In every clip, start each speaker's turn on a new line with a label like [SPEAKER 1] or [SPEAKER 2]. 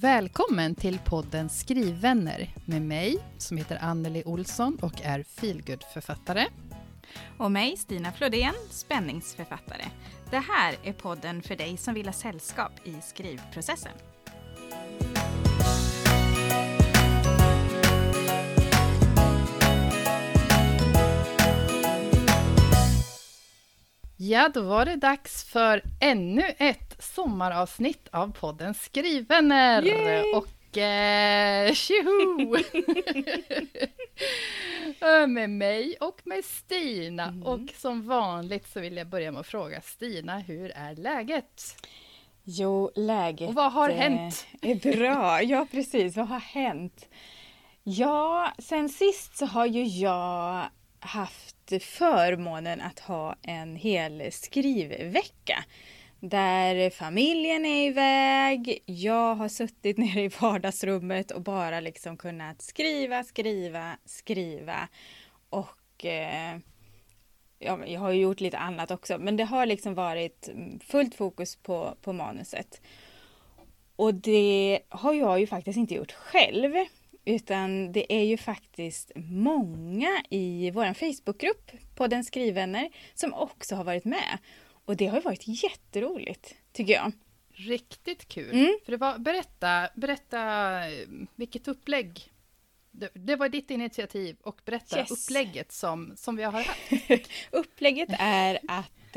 [SPEAKER 1] Välkommen till podden Skrivvänner med mig som heter Anneli Olsson och är feelgood-författare.
[SPEAKER 2] Och mig, Stina Flodén, spänningsförfattare. Det här är podden för dig som vill ha sällskap i skrivprocessen.
[SPEAKER 1] Ja, då var det dags för ännu ett sommaravsnitt av podden Skrivvänner.
[SPEAKER 2] Yay!
[SPEAKER 1] Och tjoho! Med mig och med Stina. Och som vanligt så vill jag börja med att fråga Stina, hur är läget?
[SPEAKER 2] Jo, läget
[SPEAKER 1] och vad har hänt?
[SPEAKER 2] Är bra. Ja, precis. Vad har hänt? Ja, sen sist så har ju jag haft förmånen att ha en hel skrivvecka. Där familjen är iväg, jag har suttit nere i vardagsrummet och bara liksom kunnat skriva. Och jag har ju gjort lite annat också, men det har liksom varit fullt fokus på manuset. Och det har jag ju faktiskt inte gjort själv, utan det är ju faktiskt många i vår Facebookgrupp på den Skrivvänner som också har varit med. Och det har ju varit jätteroligt, tycker jag.
[SPEAKER 1] Riktigt kul. För det var, berätta vilket upplägg. Det var ditt initiativ och berätta upplägget som vi har haft.
[SPEAKER 2] Upplägget är att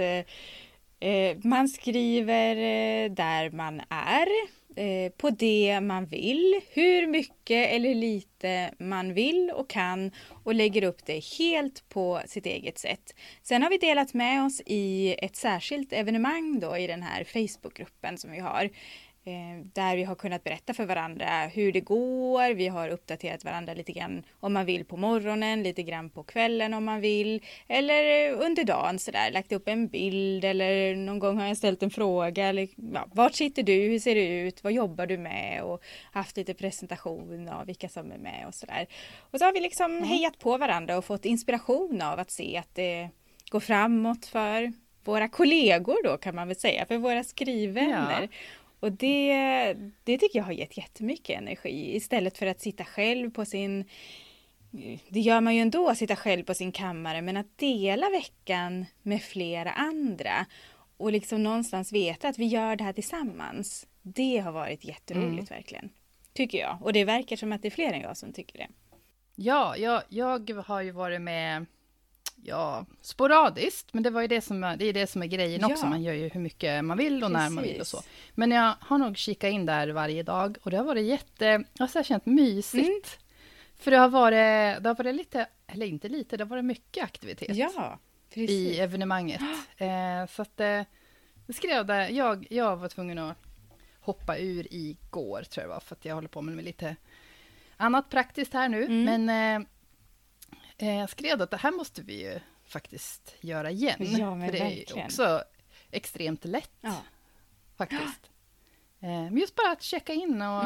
[SPEAKER 2] man skriver där man är. På det man vill, hur mycket eller lite man vill och kan och lägger upp det helt på sitt eget sätt. Sen har vi delat med oss i ett särskilt evenemang då i den här Facebookgruppen som vi har. Där vi har kunnat berätta för varandra hur det går. Vi har uppdaterat varandra lite grann om man vill på morgonen, lite grann på kvällen om man vill. Eller under dagen sådär, lagt upp en bild eller någon gång har jag ställt en fråga. Eller, ja, vart sitter du? Hur ser det ut? Vad jobbar du med? Och haft lite presentation av vilka som är med och sådär. Och så har vi liksom hejat på varandra och fått inspiration av att se att det går framåt för våra kollegor då kan man väl säga. För våra skrivvänner. Ja. Och det tycker jag har gett jättemycket energi. Istället för att sitta själv på sin... Det gör man ju ändå, sitta själv på sin kammare. Men att dela veckan med flera andra. Och liksom någonstans veta att vi gör det här tillsammans. Det har varit jätteroligt verkligen. Tycker jag. Och det verkar som att det är fler än jag som tycker det.
[SPEAKER 1] Ja, jag har ju varit med... Ja, sporadiskt, men det är det som är grejen också. Man gör ju hur mycket man vill och när man vill och så. Men jag har nog kikat in där varje dag och det har varit jag har känt mysigt. För det har varit lite, eller inte lite, det har varit mycket aktivitet i evenemanget. Så att det skrev där, jag var tvungen att hoppa ur igår tror jag det var, för att jag håller på med lite annat praktiskt här nu. Men jag skrev att det här måste vi ju faktiskt göra igen.
[SPEAKER 2] Ja, men
[SPEAKER 1] för det är ju också extremt lätt faktiskt. Men just bara att checka in och...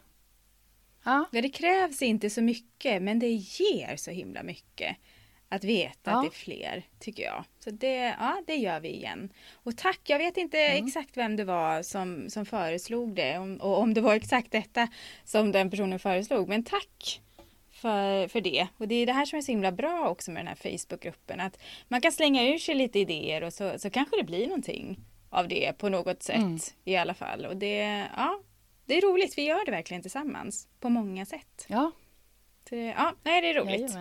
[SPEAKER 1] Ja,
[SPEAKER 2] det krävs inte så mycket, men det ger så himla mycket att veta att det är fler, tycker jag. Så det gör vi igen. Och tack, jag vet inte exakt vem det var som föreslog det. Och om det var exakt detta som den personen föreslog. Men tack för det. Och det är det här som är så himla bra också med den här Facebookgruppen. Att man kan slänga ur sig lite idéer och så kanske det blir någonting av det på något sätt i alla fall. Och det är roligt. Vi gör det verkligen tillsammans på många sätt.
[SPEAKER 1] Ja.
[SPEAKER 2] Det är roligt.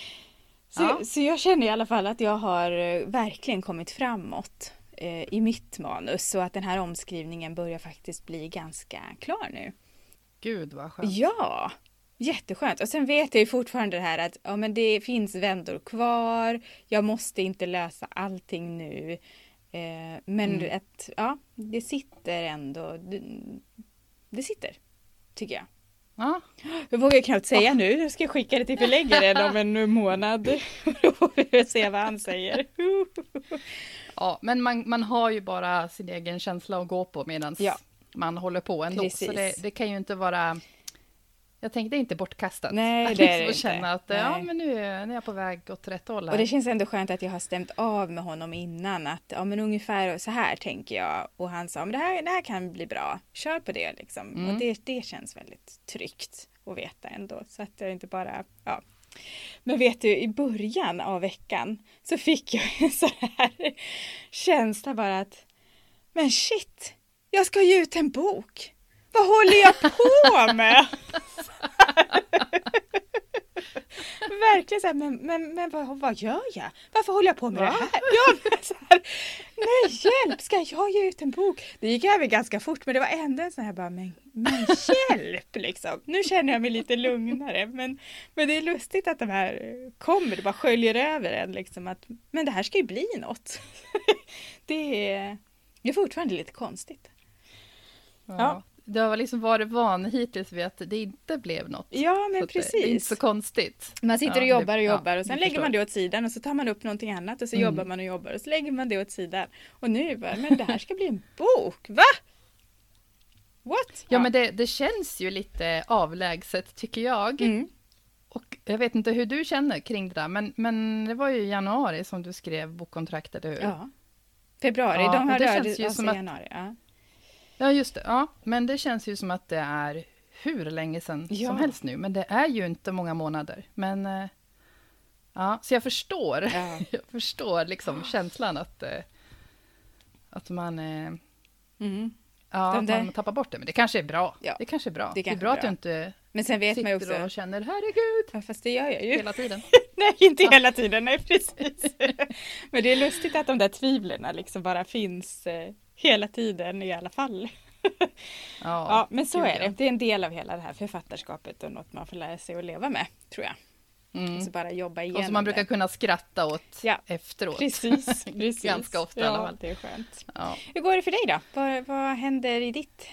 [SPEAKER 2] Så jag känner i alla fall att jag har verkligen kommit framåt i mitt manus. Så att den här omskrivningen börjar faktiskt bli ganska klar nu.
[SPEAKER 1] Gud vad skönt.
[SPEAKER 2] Ja, jätteskönt. Och sen vet jag ju fortfarande det här att men det finns vändor kvar. Jag måste inte lösa allting nu. Men det sitter ändå. Det sitter, tycker jag.
[SPEAKER 1] Ja.
[SPEAKER 2] Jag vågar knappt säga nu. Nu ska jag skicka det till förläggaren om en månad. Då får vi se vad han säger.
[SPEAKER 1] Ja, men man har ju bara sin egen känsla att gå på medan man håller på ändå. Precis. Så det kan ju inte vara... jag tänkte det är inte bortkastat.
[SPEAKER 2] Nej, det är det
[SPEAKER 1] inte. Känna att
[SPEAKER 2] Nej.
[SPEAKER 1] men nu är jag på väg åt rätt håll här.
[SPEAKER 2] Och det känns ändå skönt att jag har stämt av med honom innan. Att men ungefär så här tänker jag. Och han sa, men det här kan bli bra. Kör på det liksom. Och det känns väldigt tryggt att veta ändå. Så att jag inte bara, Men vet du, i början av veckan så fick jag en så här känsla bara att, men shit, jag ska ge ut en bok. Vad håller jag på med? Verkligen så här, men vad gör jag? Varför håller jag på med det här? Så här? Nej, hjälp, ska jag ge ut en bok? Det gick över ganska fort, men det var ändå en sån här bara, men hjälp liksom. Nu känner jag mig lite lugnare, men det är lustigt att de här kommer, det bara sköljer över en liksom att, men det här ska ju bli något. Det är fortfarande lite konstigt.
[SPEAKER 1] Ja. Det har liksom varit van hittills vid att det inte blev något.
[SPEAKER 2] Ja, men precis.
[SPEAKER 1] Det är inte så konstigt.
[SPEAKER 2] Man sitter och jobbar och sen lägger man det åt sidan och så tar man upp någonting annat och så jobbar man och så lägger man det åt sidan. Och nu bara, men det här ska bli en bok, va? What?
[SPEAKER 1] Ja, men det känns ju lite avlägset tycker jag. Och jag vet inte hur du känner kring det där, men det var ju i januari som du skrev bokkontraktet, eller hur?
[SPEAKER 2] Ja. Februari, de hörde av sig i januari.
[SPEAKER 1] Ja, just det. Ja, men det känns ju som att det är hur länge sedan som helst nu. Men det är ju inte många månader. Men så jag förstår. Jag förstår liksom känslan att man man tappar bort det. Men det kanske är bra. Ja. Det kanske är bra. Det är bra att du inte
[SPEAKER 2] men sen vet man ju också
[SPEAKER 1] och känner herregud.
[SPEAKER 2] Ja, fast det gör jag ju.
[SPEAKER 1] Hela tiden.
[SPEAKER 2] Nej, inte hela tiden. Nej, precis. Men det är lustigt att de där tvivlen liksom bara finns hela tiden i alla fall. Ja, men så är det. Det är en del av hela det här författarskapet och något man får lära sig att leva med, tror jag. Så bara jobba igenom
[SPEAKER 1] och som man brukar kunna skratta åt efteråt.
[SPEAKER 2] Precis.
[SPEAKER 1] Ganska ofta i alla fall.
[SPEAKER 2] Det är skönt. Ja. Hur går det för dig då? Vad händer i ditt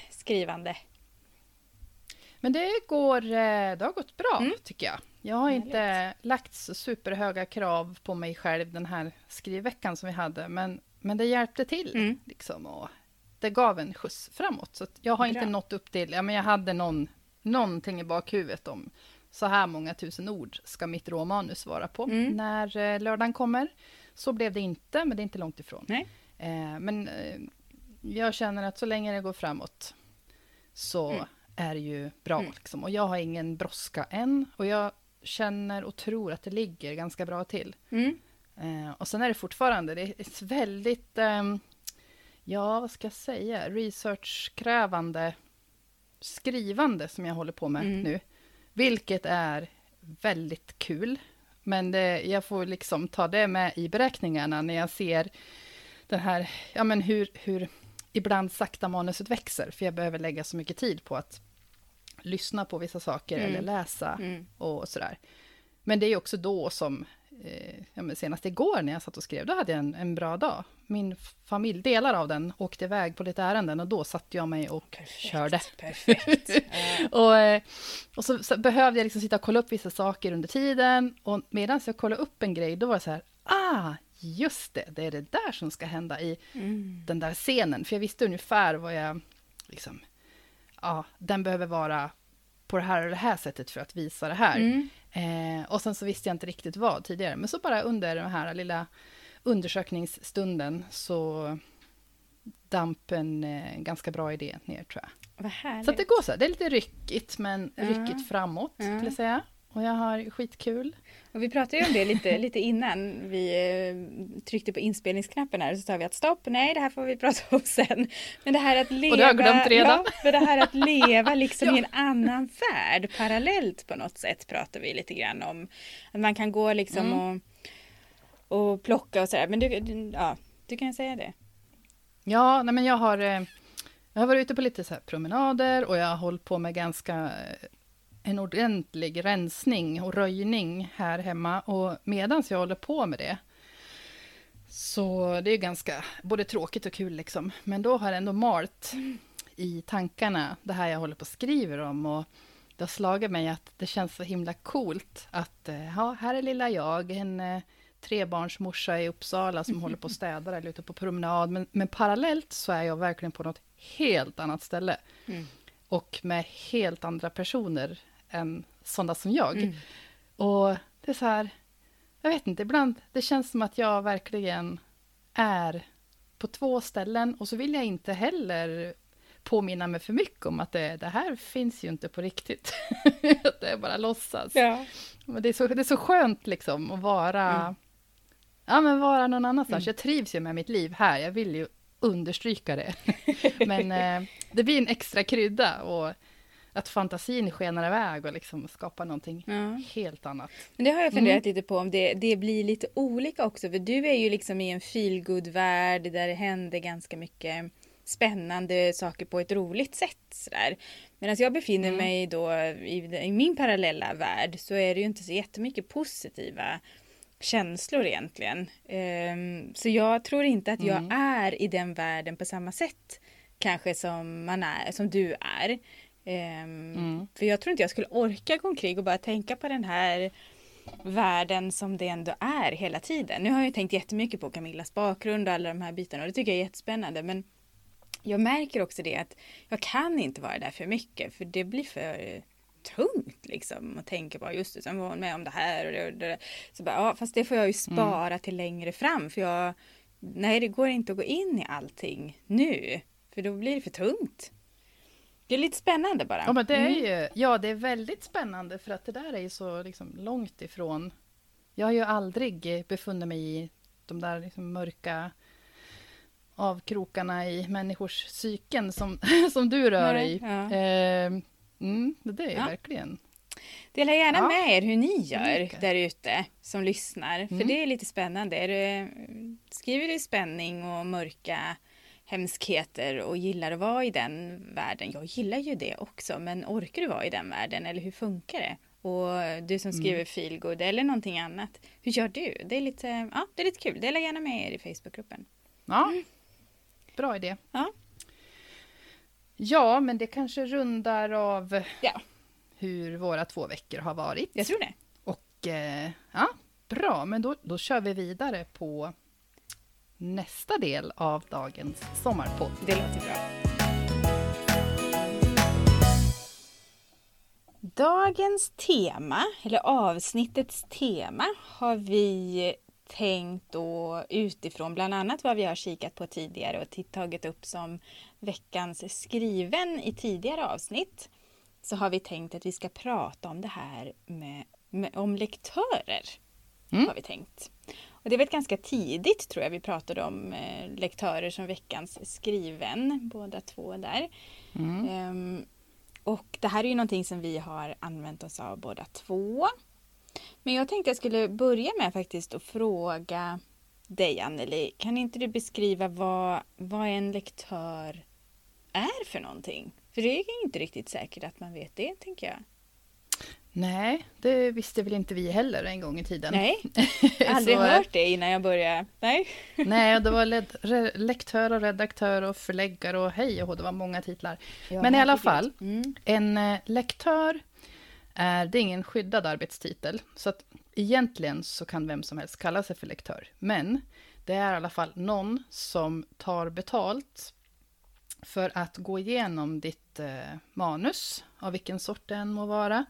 [SPEAKER 2] skrivande?
[SPEAKER 1] Men det har gått bra, tycker jag. Jag har inte lagt så superhöga krav på mig själv den här skrivveckan som vi hade. Men det hjälpte till. Liksom, och det gav en skjuts framåt. Så jag har inte nått upp till... Ja, men jag hade någonting i bakhuvudet om så här många tusen ord ska mitt råmanus vara på när lördagen kommer. Så blev det inte, men det är inte långt ifrån.
[SPEAKER 2] Nej.
[SPEAKER 1] Men jag känner att så länge det går framåt så är det ju bra. Liksom. Och jag har ingen brådska än. Och jag känner och tror att det ligger ganska bra till. Och sen är det fortfarande, det är ett väldigt, vad ska jag säga, researchkrävande skrivande som jag håller på med nu. Vilket är väldigt kul. Men jag får liksom ta det med i beräkningarna när jag ser den här, hur ibland sakta manuset växer. För jag behöver lägga så mycket tid på att lyssna på vissa saker eller läsa och sådär. Men det är också då som, senast igår när jag satt och skrev, då hade jag en bra dag. Min familj, delar av den, åkte iväg på lite ärenden och då satt jag mig och körde.
[SPEAKER 2] Perfekt.
[SPEAKER 1] och så behövde jag liksom sitta och kolla upp vissa saker under tiden. Och medan jag kollade upp en grej, då var det så här, just det är det där som ska hända i den där scenen. För jag visste ungefär vad jag, liksom, den behöver vara på det här och det här sättet för att visa det här. Och sen så visste jag inte riktigt vad tidigare. Men så bara under den här lilla undersökningsstunden så damp en ganska bra idé ner, tror jag.
[SPEAKER 2] Vad härligt.
[SPEAKER 1] Så att det går så. Det är lite ryckigt, men ryckigt framåt, skulle jag säga. Och jag har skitkul.
[SPEAKER 2] Och vi pratade ju om det lite innan vi tryckte på inspelningsknappen här. Så sa vi att stopp, nej, det här får vi prata om sen. Men det här att leva...
[SPEAKER 1] Och det har jag glömt redan.
[SPEAKER 2] Ja, för det här att leva liksom i en annan värld parallellt på något sätt pratar vi lite grann om. Att man kan gå liksom och plocka och sådär. Men du kan säga det.
[SPEAKER 1] Ja, nej, men jag har varit ute på lite så här promenader och jag har hållit på med ganska... en ordentlig rensning och röjning här hemma. Och medan jag håller på med det, så det är ganska både tråkigt och kul liksom. Men då har jag ändå malt i tankarna det här jag håller på och skriver om. Och det har slagit mig att det känns så himla coolt att här är lilla jag, en trebarnsmorsa i Uppsala som håller på och städar eller ute på promenad. Men parallellt så är jag verkligen på något helt annat ställe. Och med helt andra personer än sådana som jag. Och det är så här, jag vet inte, ibland det känns som att jag verkligen är på 2 ställen, och så vill jag inte heller påminna mig för mycket om att det här finns ju inte på riktigt. Att det är bara låtsas. Ja. Men det är så skönt liksom att vara, vara någon annanstans. Jag trivs ju med mitt liv här, jag vill ju understryka det. Men det blir en extra krydda, och att fantasin skenar iväg och liksom skapar någonting helt annat.
[SPEAKER 2] Men det har jag funderat lite på, om det blir lite olika också. För du är ju liksom i en feelgood-värld där det händer ganska mycket spännande saker på ett roligt sätt. Medan jag befinner mig då i min parallella värld, så är det ju inte så jättemycket positiva känslor egentligen. Så jag tror inte att jag är i den världen på samma sätt kanske som du är. För jag tror inte jag skulle orka gå omkring och bara tänka på den här världen som det ändå är hela tiden. Nu har jag tänkt jättemycket på Camillas bakgrund och alla de här bitarna, och det tycker jag är jättespännande, men jag märker också det att jag kan inte vara där för mycket, för det blir för tungt liksom att tänka på, just det, sen var hon med om det här och det. Så bara, fast det får jag ju spara till längre fram, för det går inte att gå in i allting nu, för då blir det för tungt. Det är lite spännande bara.
[SPEAKER 1] Ja, men det är ju, det är väldigt spännande, för att det där är ju så liksom långt ifrån. Jag har ju aldrig befunnit mig i de där liksom mörka avkrokarna i människors psyken som du rör i. Ja. Det är verkligen.
[SPEAKER 2] Dela gärna med er hur ni gör där ute som lyssnar. För det är lite spännande. Skriver du spänning och mörka hemskheter och gillar att vara i den världen? Jag gillar ju det också, men orkar du vara i den världen, eller hur funkar det? Och du som skriver feelgood eller någonting annat, hur gör du? Det är lite kul. Dela gärna med er i Facebookgruppen.
[SPEAKER 1] Ja, bra idé. Ja, men det kanske rundar av hur våra 2 veckor har varit.
[SPEAKER 2] Jag tror det.
[SPEAKER 1] Och bra, men då kör vi vidare på nästa del av dagens sommarpodd.
[SPEAKER 2] Det låter bra. Dagens tema, eller avsnittets tema, har vi tänkt då utifrån bland annat vad vi har kikat på tidigare och tagit upp som veckans skriven i tidigare avsnitt. Så har vi tänkt att vi ska prata om det här om lektörer. Har vi tänkt. Och det är väl ganska tidigt, tror jag, vi pratade om lektörer som veckans skriven, båda 2 där. Och det här är ju någonting som vi har använt oss av båda 2. Men jag tänkte jag skulle börja med faktiskt att fråga dig, Anneli. Kan inte du beskriva vad en lektör är för någonting? För det är inte riktigt säkert att man vet det, tänker jag.
[SPEAKER 1] Nej, det visste väl inte vi heller en gång i tiden.
[SPEAKER 2] Nej, aldrig hört det innan jag började.
[SPEAKER 1] Nej, det var lektör och redaktör och förläggare och hej och det var många titlar. Ja, men i alla fall, en lektör det är ingen skyddad arbetstitel. Så att egentligen så kan vem som helst kalla sig för lektör. Men det är i alla fall någon som tar betalt för att gå igenom ditt manus, av vilken sort det än må vara.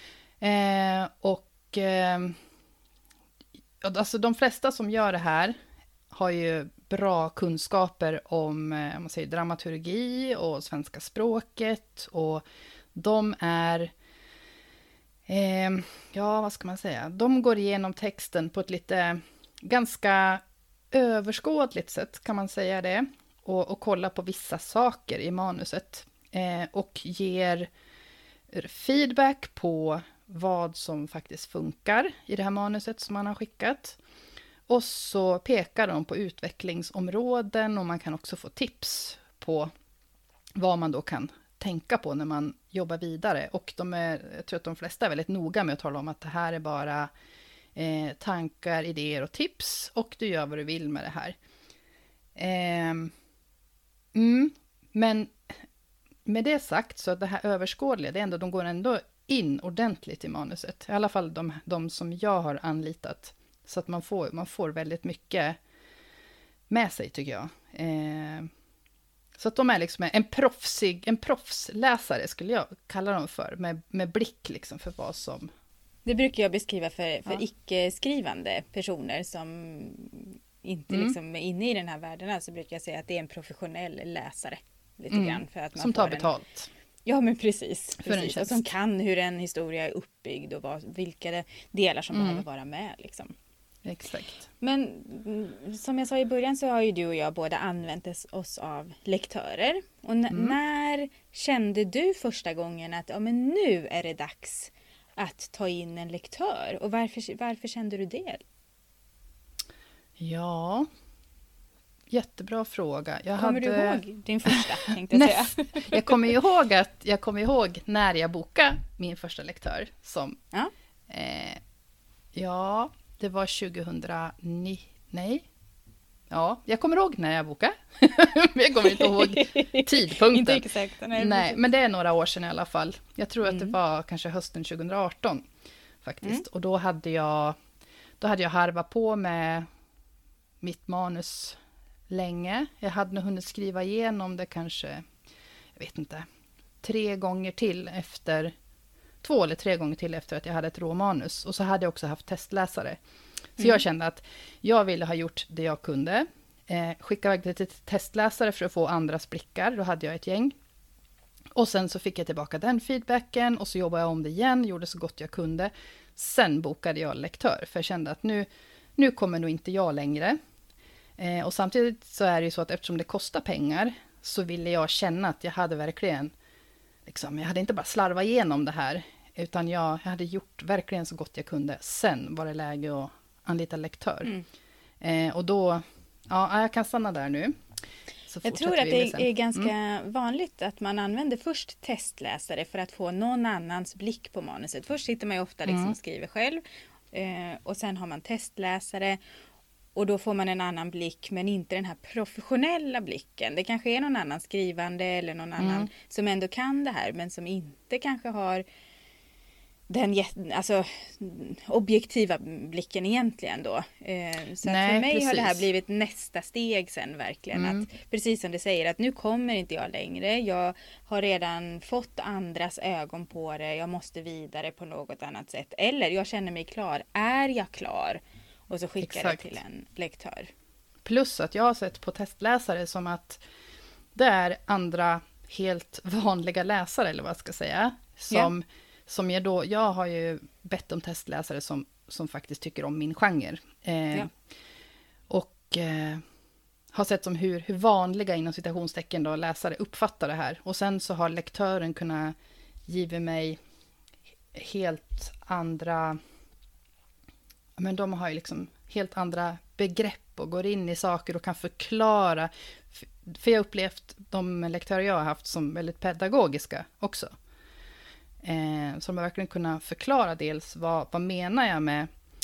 [SPEAKER 1] Alltså de flesta som gör det här har ju bra kunskaper om man säger, dramaturgi och svenska språket. Och de är, vad ska man säga? De går igenom texten på ett lite ganska överskådligt sätt, kan man säga det. Och kolla på vissa saker i manuset. Och ger feedback på vad som faktiskt funkar i det här manuset som man har skickat. Och så pekar de på utvecklingsområden och man kan också få tips på vad man då kan tänka på när man jobbar vidare. Och jag tror att de flesta är väldigt noga med att tala om att det här är bara tankar, idéer och tips och du gör vad du vill med det här. Men med det sagt så att det här överskådliga, de går ändå in ordentligt i manuset. I alla fall de som jag har anlitat. Så att man får väldigt mycket med sig, tycker jag. Så att de är liksom en proffsläsare skulle jag kalla dem för. Med blick liksom för vad som...
[SPEAKER 2] Det brukar jag beskriva för icke-skrivande personer som inte liksom är inne i den här världen. Så brukar jag säga att det är en professionell läsare. Lite grann för att man
[SPEAKER 1] som tar betalt.
[SPEAKER 2] Ja, men precis.
[SPEAKER 1] För
[SPEAKER 2] och som kan hur en historia är uppbyggd och vilka delar som behöver vara med. Liksom.
[SPEAKER 1] Exakt.
[SPEAKER 2] Men som jag sa i början så har ju du och jag båda använt oss av lektörer. Och när kände du första gången att men nu är det dags att ta in en lektör? Och varför kände du det?
[SPEAKER 1] Ja, jättebra fråga.
[SPEAKER 2] Kommer du ihåg din första, tänkte jag säga?
[SPEAKER 1] Jag kommer ihåg när jag bokade min första lektör. Det var 2009. Nej. Ja, jag kommer ihåg när jag bokade. Jag kommer inte ihåg tidpunkten.
[SPEAKER 2] Inte exakt.
[SPEAKER 1] Nej, men det är några år sedan i alla fall. Jag tror att det var kanske hösten 2018 faktiskt. Och då hade jag harvat på med mitt manus länge. Jag hade nog hunnit skriva igenom det kanske, jag vet inte, 2 eller 3 gånger till efter att jag hade ett råmanus. Och så hade jag också haft testläsare. Så jag kände att jag ville ha gjort det jag kunde. Skicka iväg det till testläsare för att få andras blickar. Då hade jag ett gäng. Och sen så fick jag tillbaka den feedbacken. Och så jobbade jag om det igen. Gjorde så gott jag kunde. Sen bokade jag lektör. För jag kände att nu kommer nog inte jag längre. Och samtidigt så är det ju så att eftersom det kostar pengar. Så ville jag känna att jag hade verkligen... jag hade inte bara slarvat igenom det här. Utan jag hade gjort verkligen så gott jag kunde. Sen var det läge att anlita lektör. Och då... Ja, jag kan stanna där nu.
[SPEAKER 2] Jag tror att det är ganska vanligt att man använder först testläsare för att få någon annans blick på manuset. Först sitter man ju ofta och skriver själv. Och sen har man testläsare. Och då får man en annan blick, men inte den här professionella blicken. Det kanske är någon annan skrivande eller någon annan som ändå kan det här, men som inte kanske har den objektiva blicken egentligen då. Så
[SPEAKER 1] Nej,
[SPEAKER 2] för mig
[SPEAKER 1] precis.
[SPEAKER 2] har det här blivit nästa steg sen verkligen. Att, precis som du säger, att nu kommer inte jag längre. Jag har redan fått andras ögon på det. Jag måste vidare på något annat sätt. Eller jag känner mig klar. Är jag klar? Och så skickar det till en lektör. Plus
[SPEAKER 1] att jag har sett på testläsare som att det är andra helt vanliga läsare, eller vad jag ska säga. Som jag har ju bett om testläsare som faktiskt tycker om min genre. Och har sett som hur vanliga inom citationstecken då läsare uppfattar det här. Och sen så har lektören kunnat ge mig helt andra... Men de har ju liksom helt andra begrepp och går in i saker och kan förklara. För jag har upplevt de lektörer jag har haft som väldigt pedagogiska också. Som har verkligen kunnat förklara dels vad menar jag med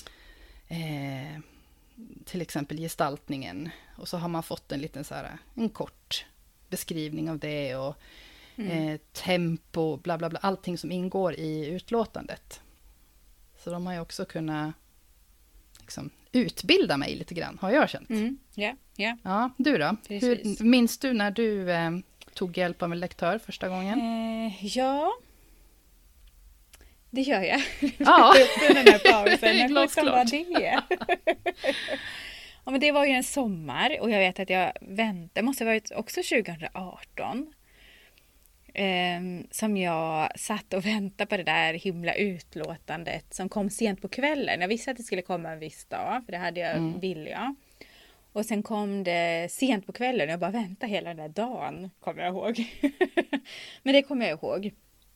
[SPEAKER 1] till exempel gestaltningen. Och så har man fått en liten en kort beskrivning av det och tempo, bla bla bla. Allting som ingår i utlåtandet. Så de har ju också kunnat utbilda mig lite grann, har jag känt. Ja, du då? Hur minns du när du tog hjälp av en lektör första gången?
[SPEAKER 2] Ja, det gör jag.
[SPEAKER 1] Ja,
[SPEAKER 2] den här pausen.
[SPEAKER 1] Glasklart.
[SPEAKER 2] Var det? Ja, men det var ju en sommar och jag vet att jag väntade, det måste ha varit också 2018. Som jag satt och väntade på det där himla utlåtandet som kom sent på kvällen. Jag visste att det skulle komma en viss dag, för det hade jag vilja. Och sen kom det sent på kvällen och jag bara väntade hela den där dagen, kommer jag ihåg. Men det kommer jag ihåg.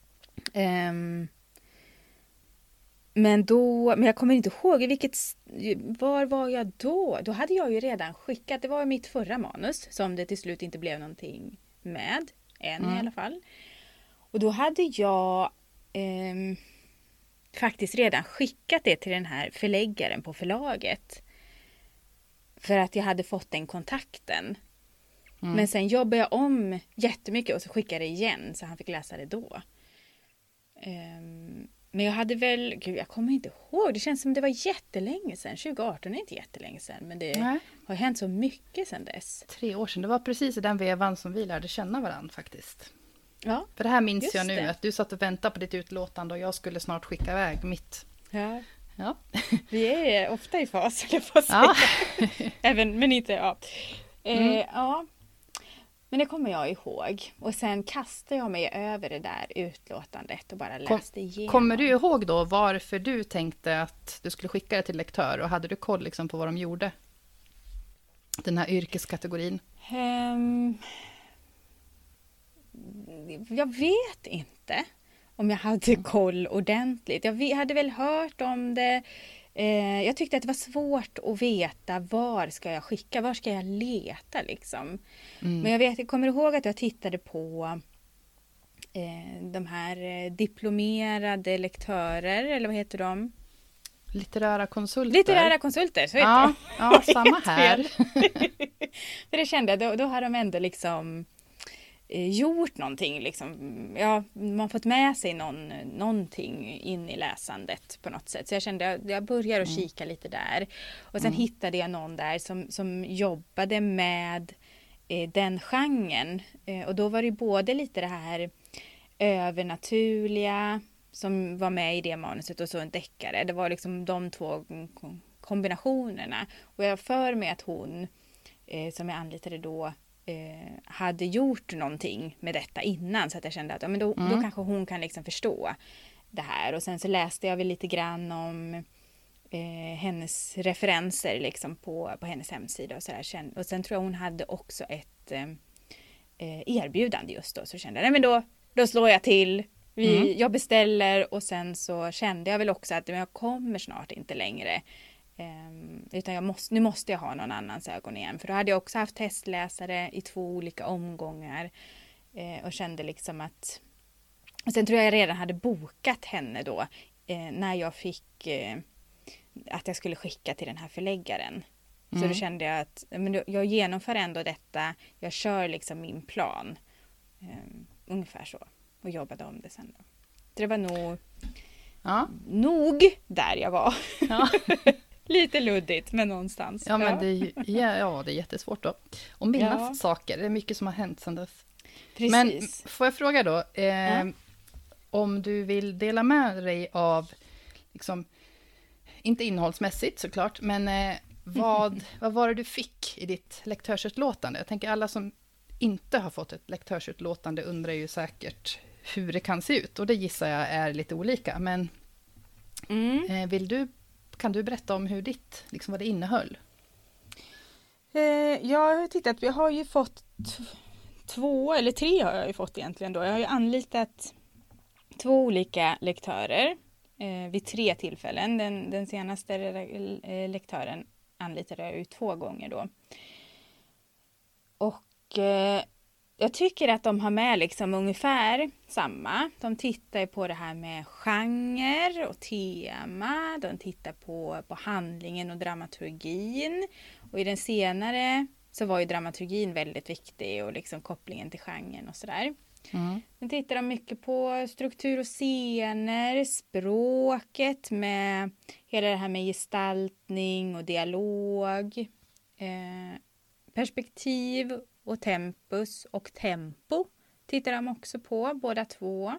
[SPEAKER 2] Men jag kommer inte ihåg var var jag då? Då hade jag ju redan skickat, det var mitt förra manus som det till slut inte blev någonting med. I alla fall. Och då hade jag faktiskt redan skickat det till den här förläggaren på förlaget. För att jag hade fått den kontakten. Men sen jobbade jag om jättemycket och så skickade det igen så han fick läsa det då. Men jag hade jag kommer inte ihåg. Det känns som det var jättelänge sedan. 2018 är inte jättelänge sedan. Men det har har hänt så mycket sedan dess.
[SPEAKER 1] 3 år sedan, det var precis i den vevan som vi lärde känna varandra faktiskt.
[SPEAKER 2] Ja,
[SPEAKER 1] för det här minns jag nu, att du satt och väntade på ditt utlåtande och jag skulle snart skicka iväg mitt.
[SPEAKER 2] Ja.
[SPEAKER 1] Ja.
[SPEAKER 2] Vi är ofta i fas, eller på säga. Ja. Men inte, ja. Ja. Men det kommer jag ihåg. Och sen kastade jag mig över det där utlåtandet och bara läste igenom.
[SPEAKER 1] Kommer du ihåg då varför du tänkte att du skulle skicka det till lektör? Och hade du koll liksom på vad de gjorde? Den här yrkeskategorin.
[SPEAKER 2] Jag vet inte om jag hade koll ordentligt. Jag hade väl hört om det. Jag tyckte att det var svårt att veta var ska jag skicka, var ska jag leta liksom. Men jag kommer ihåg att jag tittade på de här diplomerade lektörer, eller vad heter de?
[SPEAKER 1] Litterära konsulter.
[SPEAKER 2] Litterära konsulter, så heter
[SPEAKER 1] de. Ja, samma här.
[SPEAKER 2] För det kände jag, då har de ändå liksom gjort någonting liksom, ja, man har fått med sig någonting in i läsandet på något sätt. Så jag kände att jag börjar att kika lite där. Och sen hittade jag någon där som jobbade med den genren. Och då var det både lite det här övernaturliga som var med i det manuset och så en deckare. Det var liksom de två kombinationerna. Och jag för mig att hon som jag anlitade då hade gjort någonting med detta innan, så att jag kände att då kanske hon kan liksom förstå det här. Och sen så läste jag väl lite grann om hennes referenser liksom på hennes hemsida och sådär. Och sen tror jag hon hade också ett erbjudande just då, så kände jag, nej men då slår jag till. Jag beställer, och sen så kände jag väl också att jag kommer snart inte längre. Utan nu måste jag ha någon annans ögon igen. För då hade jag också haft testläsare i 2 olika omgångar. Och kände liksom att... Och sen tror jag redan hade bokat henne då. När jag fick att jag skulle skicka till den här förläggaren. Så då kände jag att jag genomför ändå detta. Jag kör liksom min plan. Ungefär så. Och jobbade om det sen då. Det var nog där jag var. Ja. Lite luddigt, men någonstans.
[SPEAKER 1] Ja, men det är jättesvårt då. Och minnas saker. Det är mycket som har hänt sedan dess.
[SPEAKER 2] Precis.
[SPEAKER 1] Men får jag fråga då, om du vill dela med dig av, liksom, inte innehållsmässigt såklart, men vad var det du fick i ditt lektörsutlåtande? Jag tänker alla som inte har fått ett lektörsutlåtande undrar ju säkert hur det kan se ut. Och det gissar jag är lite olika. Men kan du berätta om hur ditt, liksom vad det innehöll?
[SPEAKER 2] Jag har tittat, jag har ju fått 2 eller 3 har jag ju fått egentligen då. Jag har ju anlitat 2 olika lektörer vid 3 tillfällen. Den senaste lektören anlitade jag ju 2 gånger då. Och jag tycker att de har med liksom ungefär samma. De tittar på det här med genre och tema. De tittar på handlingen och dramaturgin. Och i den senare så var ju dramaturgin väldigt viktig och liksom kopplingen till genren och sådär. Sen tittar de mycket på struktur och scener, språket med hela det här med gestaltning och dialog, perspektiv och tempus och tempo tittar de också på, båda 2.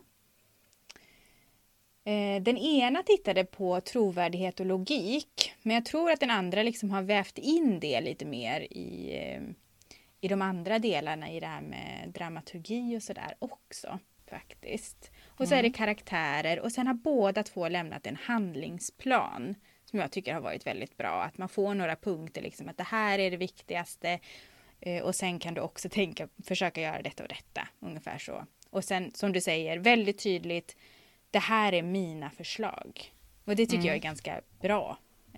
[SPEAKER 2] Den ena tittade på trovärdighet och logik, men jag tror att den andra liksom har vävt in det lite mer i de andra delarna i det här med dramaturgi och sådär också faktiskt. Och så är det karaktärer, och sen har båda 2 lämnat en handlingsplan som jag tycker har varit väldigt bra. Att man får några punkter, liksom, att det här är det viktigaste. Och sen kan du också försöka göra detta och detta, ungefär så. Och sen, som du säger, väldigt tydligt, det här är mina förslag. Och det tycker jag är ganska bra,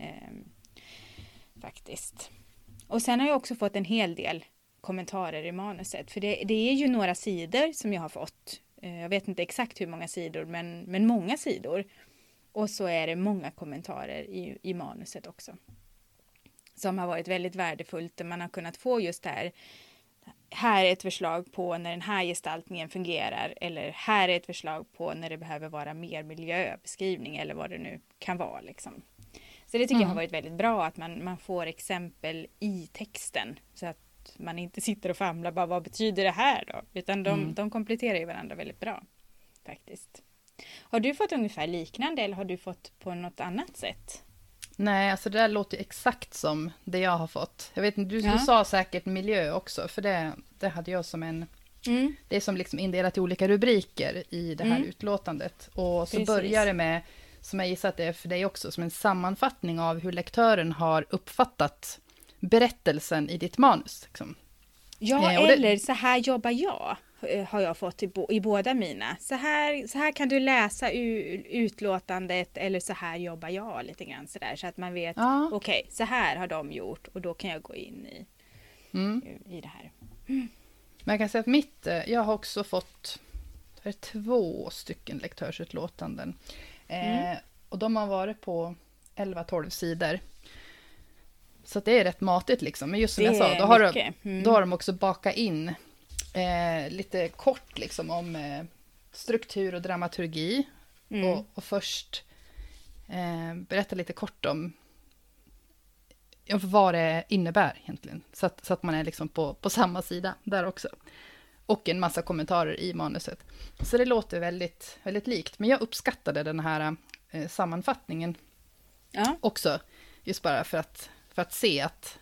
[SPEAKER 2] faktiskt. Och sen har jag också fått en hel del kommentarer i manuset. För det är ju några sidor som jag har fått. Jag vet inte exakt hur många sidor, men många sidor. Och så är det många kommentarer i manuset också. Som har varit väldigt värdefullt. Där man har kunnat få just det här. Här är ett förslag på när den här gestaltningen fungerar. Eller här är ett förslag på när det behöver vara mer miljöbeskrivning. Eller vad det nu kan vara. Liksom. Så det tycker jag har varit väldigt bra, att man får exempel i texten. Så att man inte sitter och famlar bara, vad betyder det här då? Utan de kompletterar ju varandra väldigt bra faktiskt. Har du fått ungefär liknande eller har du fått på något annat sätt?
[SPEAKER 1] Nej, alltså det där låter exakt som det jag har fått. Jag vet inte, du sa säkert miljö också, för det hade jag som en... Det är som liksom indelat i olika rubriker i det här utlåtandet. Och så börjar det med, som jag gissar att det är för dig också, som en sammanfattning av hur lektören har uppfattat berättelsen i ditt manus. Liksom.
[SPEAKER 2] Ja, eller så här jobbar jag, har jag fått i båda mina. Så här kan du läsa utlåtandet, eller så här jobbar jag lite grann sådär. Så att man vet, okej, så här har de gjort och då kan jag gå in i det här.
[SPEAKER 1] Men jag kan säga att jag har också fått 2 stycken lektörsutlåtanden. Och de har varit på 11-12 sidor. Så det är rätt matigt liksom. Men just som jag sa, då har de också bakat in lite kort liksom om struktur och dramaturgi. Och först berätta lite kort om vad det innebär egentligen. Så att man är liksom på samma sida där också. Och en massa kommentarer i manuset. Så det låter väldigt, väldigt likt. Men jag uppskattade den här sammanfattningen också. Just bara för att se att,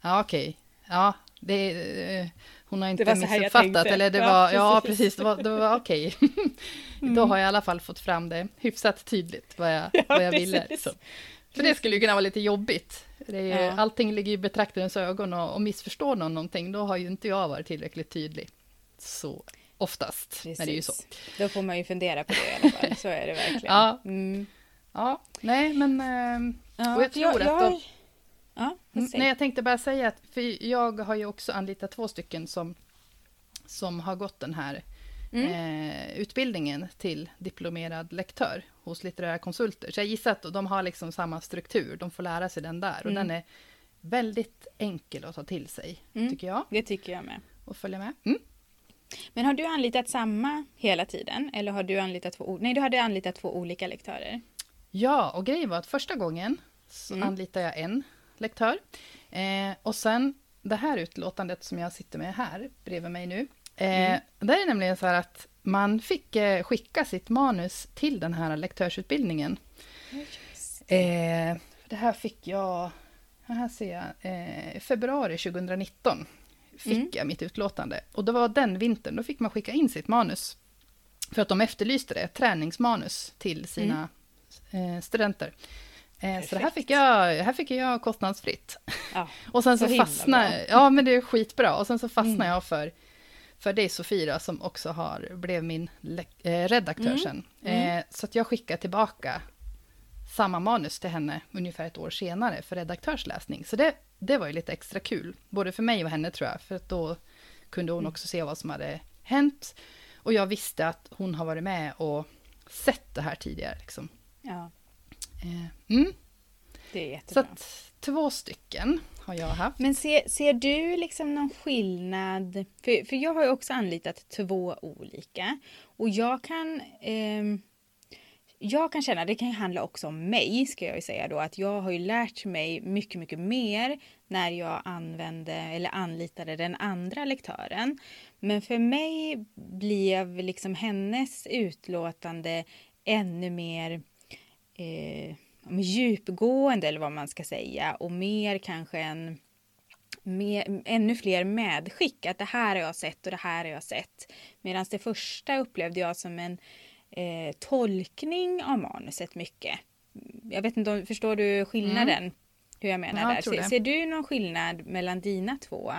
[SPEAKER 1] hon har inte missuppfattat. Eller det var, precis, det var okej. Då har jag i alla fall fått fram det hyfsat tydligt vad jag ville. Så. För det skulle ju kunna vara lite jobbigt. Allting ligger i betraktarens ögon och missförstår någonting, då har ju inte jag varit tillräckligt tydlig. Så oftast är det ju så.
[SPEAKER 2] Då får man ju fundera på det i alla fall, så är det verkligen.
[SPEAKER 1] Nej men... och jag tror att nej, jag tänkte bara säga att för jag har ju också anlitat 2 stycken som har gått den här utbildningen till diplomerad lektör hos litterära konsulter. Så jag gissar att de har liksom samma struktur. De får lära sig den där. Och den är väldigt enkel att ta till sig, tycker jag.
[SPEAKER 2] Det tycker jag med.
[SPEAKER 1] Och följa med.
[SPEAKER 2] Men har du anlitat samma hela tiden? Eller har du anlitat du hade anlitat 2 olika lektörer.
[SPEAKER 1] Ja, och grejen var att första gången så anlitade jag en lektör. Och sen det här utlåtandet som jag sitter med här bredvid mig nu. Där är nämligen så här att man fick skicka sitt manus till den här lektörsutbildningen. Det här fick jag, här ser jag, februari 2019 fick jag mitt utlåtande. Och det var den vintern, då fick man skicka in sitt manus. För att de efterlyste det, träningsmanus till sina studenter. Så det här fick jag kostnadsfritt. Ja, och sen så fastnade, men det är skitbra. Och sen så fastnade jag för det är Sofia som också blev min redaktör sen. Så att jag skickade tillbaka samma manus till henne ungefär 1 år senare för redaktörsläsning. Så det var ju lite extra kul, både för mig och henne tror jag. För att då kunde hon också se vad som hade hänt. Och jag visste att hon har varit med och sett det här tidigare. Liksom.
[SPEAKER 2] Ja. Det är jättebra.
[SPEAKER 1] Så att 2 stycken har jag haft. Men
[SPEAKER 2] ser du liksom någon skillnad? För jag har ju också anlitat 2 olika. Och jag kan känna, det kan ju handla också om mig ska jag ju säga då, att jag har ju lärt mig mycket, mycket mer när jag anlitade den andra lektören. Men för mig blev liksom hennes utlåtande ännu mer djupgående eller vad man ska säga, och mer kanske ännu fler medskick, att det här har jag sett och det här har jag sett. Medan det första upplevde jag som en tolkning av manuset mycket. Jag vet inte, förstår du skillnaden? Hur jag menar där? Ser du någon skillnad mellan dina 2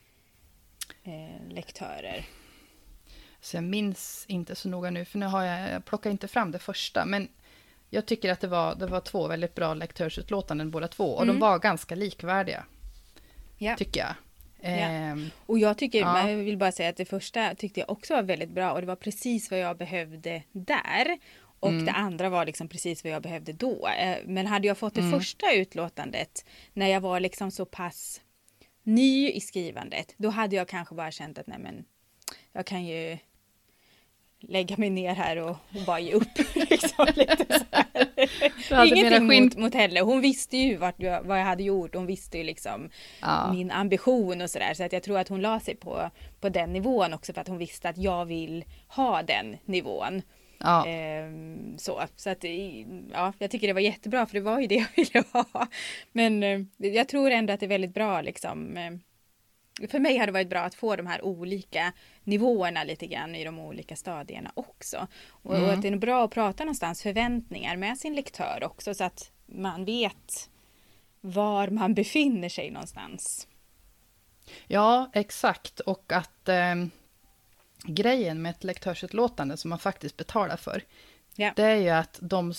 [SPEAKER 2] lektörer?
[SPEAKER 1] Så jag minns inte så noga nu, för nu jag plockar inte fram det första, men jag tycker att det var 2 väldigt bra lektörsutlåtanden båda 2, och de var ganska likvärdiga. Ja. Tycker jag.
[SPEAKER 2] Ja. Och jag tycker, jag vill bara säga att det första tyckte jag också var väldigt bra, och det var precis vad jag behövde där. Och det andra var liksom precis vad jag behövde då. Men hade jag fått det första utlåtandet när jag var liksom så pass ny i skrivandet, då hade jag kanske bara känt att nej men, jag kan ju lägga mig ner här och bara ge upp. Liksom, lite så här. Ingenting mot henne. Hon visste ju vad jag hade gjort. Hon visste ju liksom min ambition och sådär. Så att jag tror att hon la sig på den nivån också för att hon visste att jag vill ha den nivån.
[SPEAKER 1] Ja.
[SPEAKER 2] Så att jag tycker det var jättebra för det var ju det jag ville ha. Men jag tror ändå att det är väldigt bra liksom. För mig har det varit bra att få de här olika nivåerna lite grann i de olika stadierna också. Och att det är bra att prata någonstans förväntningar med sin lektör också så att man vet var man befinner sig någonstans.
[SPEAKER 1] Ja, exakt. Och att grejen med ett lektörsutlåtande som man faktiskt betalar för, det är ju att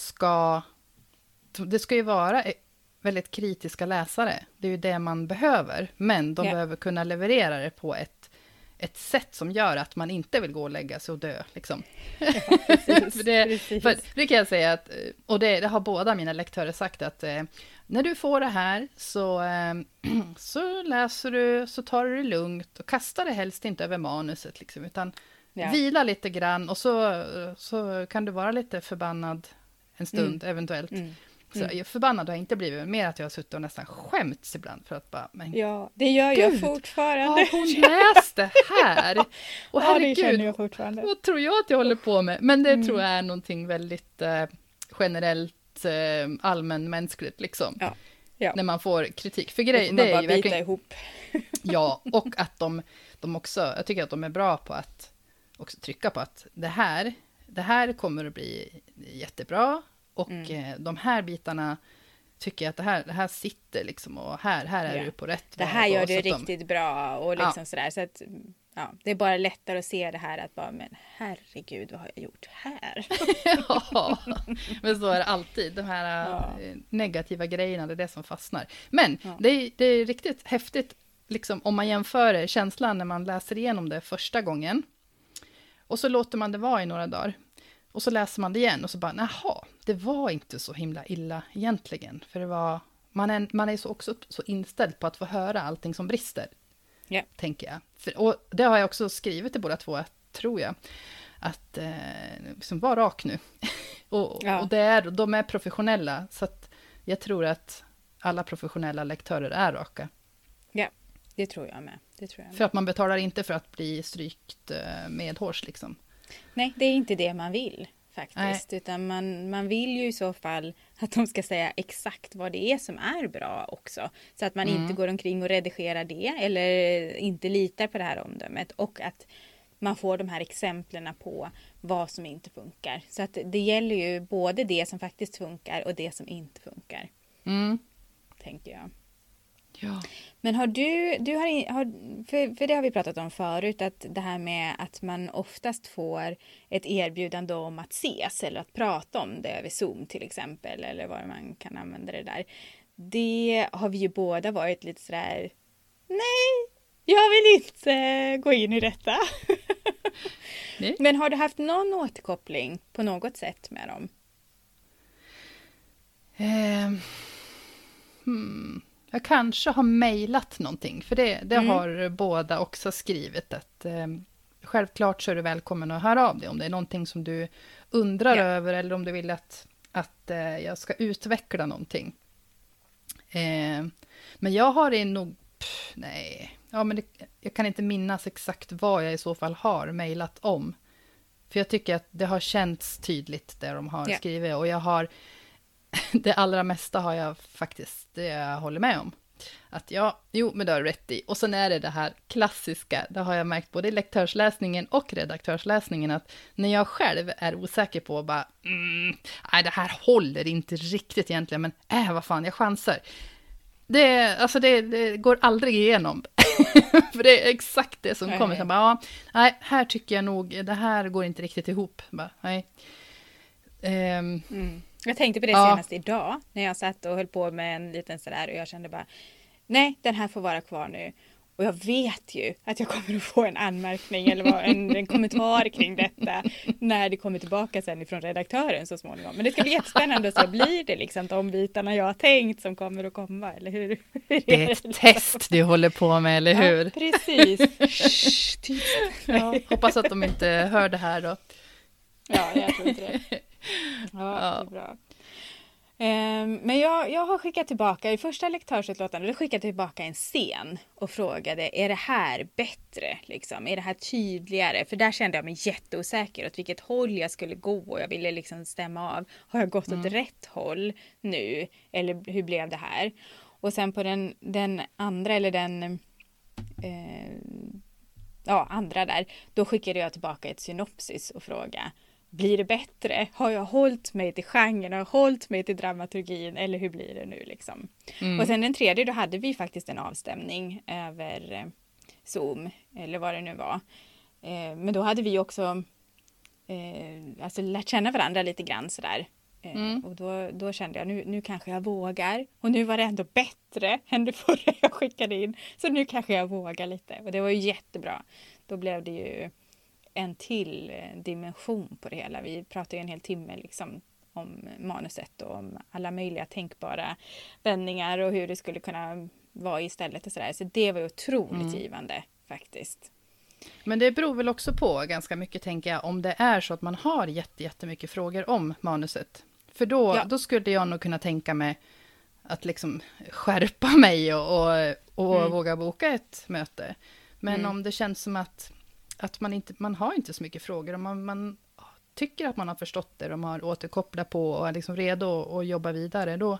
[SPEAKER 1] det ska ju vara väldigt kritiska läsare. Det är ju det man behöver. Men de behöver kunna leverera det på ett sätt som gör att man inte vill gå och lägga sig och dö. Liksom.
[SPEAKER 2] Ja, precis,
[SPEAKER 1] för det kan jag säga, att, och det har båda mina lektörer sagt, att när du får det här så läser du, så tar du det lugnt och kastar det helst inte över manuset. Liksom, utan vila lite grann och så kan du vara lite förbannad en stund eventuellt. Så förbannad har jag inte blivit, mer att jag har suttit och nästan skämts ibland för att bara, men
[SPEAKER 2] ja, det gör jag fortfarande.
[SPEAKER 1] Har hon läst det här? Och herregud,
[SPEAKER 2] jag fortfarande.
[SPEAKER 1] Vad tror jag att jag håller på med? Men det tror jag är någonting väldigt generellt allmänmänskligt liksom. Ja. När man får kritik. För grejer,
[SPEAKER 2] det är ju verkligen
[SPEAKER 1] ihop. Ja, och att de också, jag tycker att de är bra på att också trycka på att det här kommer att bli jättebra. Och de här bitarna tycker jag att det här sitter liksom, och här är du på rätt väg.
[SPEAKER 2] Det här gör du riktigt bra och liksom sådär. Så att, det är bara lättare att se det här att bara, men herregud, vad har jag gjort här?
[SPEAKER 1] Ja, men så är det alltid. De här negativa grejerna, det är det som fastnar. Men det är riktigt häftigt liksom, om man jämför känslan när man läser igenom det första gången. Och så låter man det vara i några dagar. Och så läser man det igen och så bara, naha, det var inte så himla illa egentligen. För det var, man är så också så inställd på att få höra allting som brister. Tänker jag. Och det har jag också skrivit till båda två, tror jag. Att liksom, var rak nu. och de är professionella. Så att jag tror att alla professionella lektörer är raka.
[SPEAKER 2] Ja, det tror jag med.
[SPEAKER 1] För att man betalar inte för att bli strykt medhårs liksom.
[SPEAKER 2] Nej, det är inte det man vill faktiskt. Utan man vill ju i så fall att de ska säga exakt vad det är som är bra också. Så att man inte går omkring och redigerar det eller inte litar på det här omdömet. Och att man får de här exemplen på vad som inte funkar. Så att det gäller ju både det som faktiskt funkar och det som inte funkar. Tänker jag.
[SPEAKER 1] Ja.
[SPEAKER 2] Men har för det har vi pratat om förut, att det här med att man oftast får ett erbjudande om att ses eller att prata om det över Zoom till exempel, eller vad man kan använda det där. Det har vi ju båda varit lite sådär, nej, jag vill inte gå in i detta. Nej. Men har du haft någon återkoppling på något sätt med dem?
[SPEAKER 1] Jag kanske har mejlat någonting, för det har båda också skrivit, att självklart så är du välkommen att höra av dig om det är någonting som du undrar över, eller om du vill att jag ska utveckla någonting. Men jag har nog, jag kan inte minnas exakt vad jag i så fall har mejlat om. För jag tycker att det har känts tydligt det de har skrivit, och jag har det allra mesta har jag faktiskt, det jag håller med om. Att men det har rätt i. Och sen är det här klassiska, det har jag märkt både i lektörsläsningen och redaktörsläsningen, att när jag själv är osäker på bara, nej, det här håller inte riktigt egentligen, men vad fan, jag chansar. Det går aldrig igenom. För det är exakt det som kommer. Så bara, nej, här tycker jag nog, det här går inte riktigt ihop. Bara, nej.
[SPEAKER 2] Jag tänkte på det senast idag när jag satt och höll på med en liten sådär, och jag kände bara, nej, den här får vara kvar nu. Och jag vet ju att jag kommer att få en anmärkning eller en kommentar kring detta när det kommer tillbaka sen ifrån redaktören så småningom. Men det ska bli jättespännande att se, blir det liksom de bitarna jag har tänkt som kommer att komma, eller hur?
[SPEAKER 1] Det är ett test du håller på med, eller hur?
[SPEAKER 2] Ja, precis.
[SPEAKER 1] Hoppas att de inte hör det här då.
[SPEAKER 2] Ja, jag tror inte det. Ja, det är bra. Men jag har skickat tillbaka, i första lektörsutlåtandet, då skickade jag tillbaka en scen och frågade, är det här bättre? Liksom? Är det här tydligare? För där kände jag mig jätteosäker åt vilket håll jag skulle gå och jag ville liksom stämma av. Har jag gått åt rätt håll nu? Eller hur blev det här? Och sen på den andra, eller den andra där, då skickade jag tillbaka ett synopsis och frågade, blir det bättre? Har jag hållit mig till genren? Har jag hållit mig till dramaturgin? Eller hur blir det nu liksom? Och sen den tredje, då hade vi faktiskt en avstämning över Zoom. Eller vad det nu var. Men då hade vi också lärt känna varandra lite grann sådär. Och då kände jag, nu kanske jag vågar. Och nu var det ändå bättre än det förra jag skickade in. Så nu kanske jag vågar lite. Och det var ju jättebra. Då blev det ju en till dimension på det hela. Vi pratade ju en hel timme liksom om manuset och om alla möjliga tänkbara vändningar och hur det skulle kunna vara istället och sådär. Så det var ju otroligt givande faktiskt.
[SPEAKER 1] Men det beror väl också på ganska mycket, tänker jag, om det är så att man har jättemycket frågor om manuset. För då skulle jag nog kunna tänka mig att liksom skärpa mig och våga boka ett möte. Men om det känns som att man har inte så mycket frågor och man tycker att man har förstått det och man har återkopplat på och är liksom redo att jobba vidare, då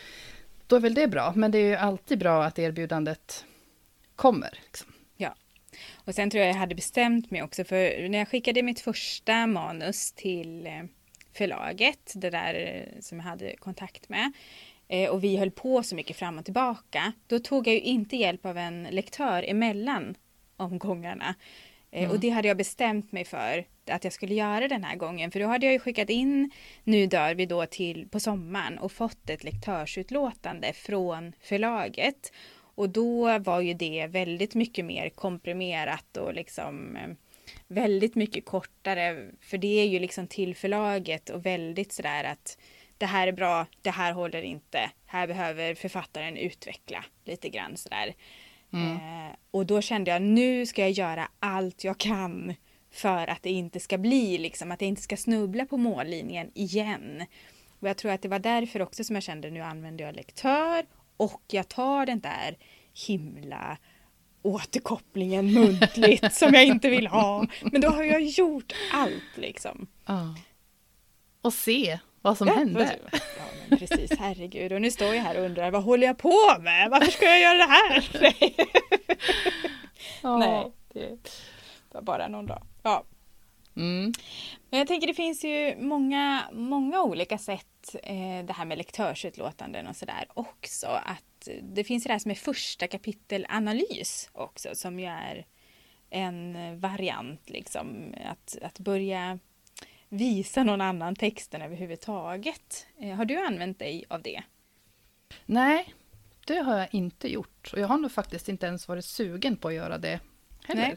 [SPEAKER 1] är väl det bra. Men det är ju alltid bra att erbjudandet kommer. Liksom.
[SPEAKER 2] Ja, och sen tror jag hade bestämt mig också, för när jag skickade mitt första manus till förlaget, det där som jag hade kontakt med, och vi höll på så mycket fram och tillbaka, då tog jag ju inte hjälp av en lektör emellan omgångarna. Och det hade jag bestämt mig för att jag skulle göra den här gången. För då hade jag ju skickat in Nu dör vi då på sommaren och fått ett lektörsutlåtande från förlaget. Och då var ju det väldigt mycket mer komprimerat och liksom väldigt mycket kortare. För det är ju liksom till förlaget och väldigt sådär att det här är bra, det här håller inte. Här behöver författaren utveckla lite grann sådär. Och då kände jag, nu ska jag göra allt jag kan för att det inte ska bli liksom, att jag inte ska snubbla på mållinjen igen. Och jag tror att det var därför också som jag kände, nu använder jag lektör och jag tar den där himla återkopplingen muntligt som jag inte vill ha. Men då har jag gjort allt liksom.
[SPEAKER 1] Och se vad som händer.
[SPEAKER 2] Ja, men precis, herregud. Och nu står jag här och undrar, vad håller jag på med? Varför ska jag göra det här? Nej, det var bara någon dag. Ja. Men jag tänker det finns ju många olika sätt, det här med lektörsutlåtanden och sådär också. Att det finns det här som är första kapitelanalys också, som ju är en variant liksom, att börja visa någon annan texten överhuvudtaget. Har du använt dig av det?
[SPEAKER 1] Nej, det har jag inte gjort. Och jag har nog faktiskt inte ens varit sugen på att göra det heller.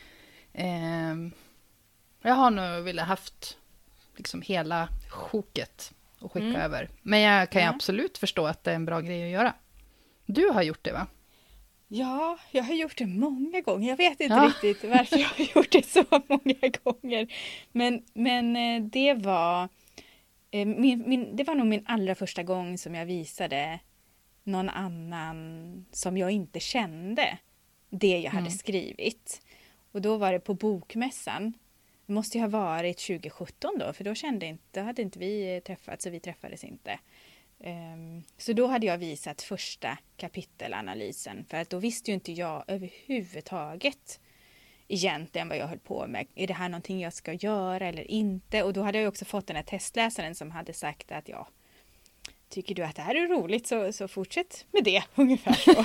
[SPEAKER 1] Jag har nog velat haft liksom hela sjoket att skicka över. Men jag kan ju absolut förstå att det är en bra grej att göra. Du har gjort det, va?
[SPEAKER 2] Ja, jag har gjort det många gånger. Jag vet inte riktigt varför jag har gjort det så många gånger. Men det var det var nog min allra första gång som jag visade någon annan som jag inte kände det jag hade skrivit. Och då var det på bokmässan. Det måste ju ha varit 2017 då, för då hade inte vi träffats, så vi träffades inte. Så då hade jag visat första kapitelanalysen, för att då visste ju inte jag överhuvudtaget egentligen vad jag höll på med. Är det här någonting jag ska göra eller inte? Och då hade jag också fått den här testläsaren som hade sagt att tycker du att det här är roligt så fortsätt med det, ungefär så.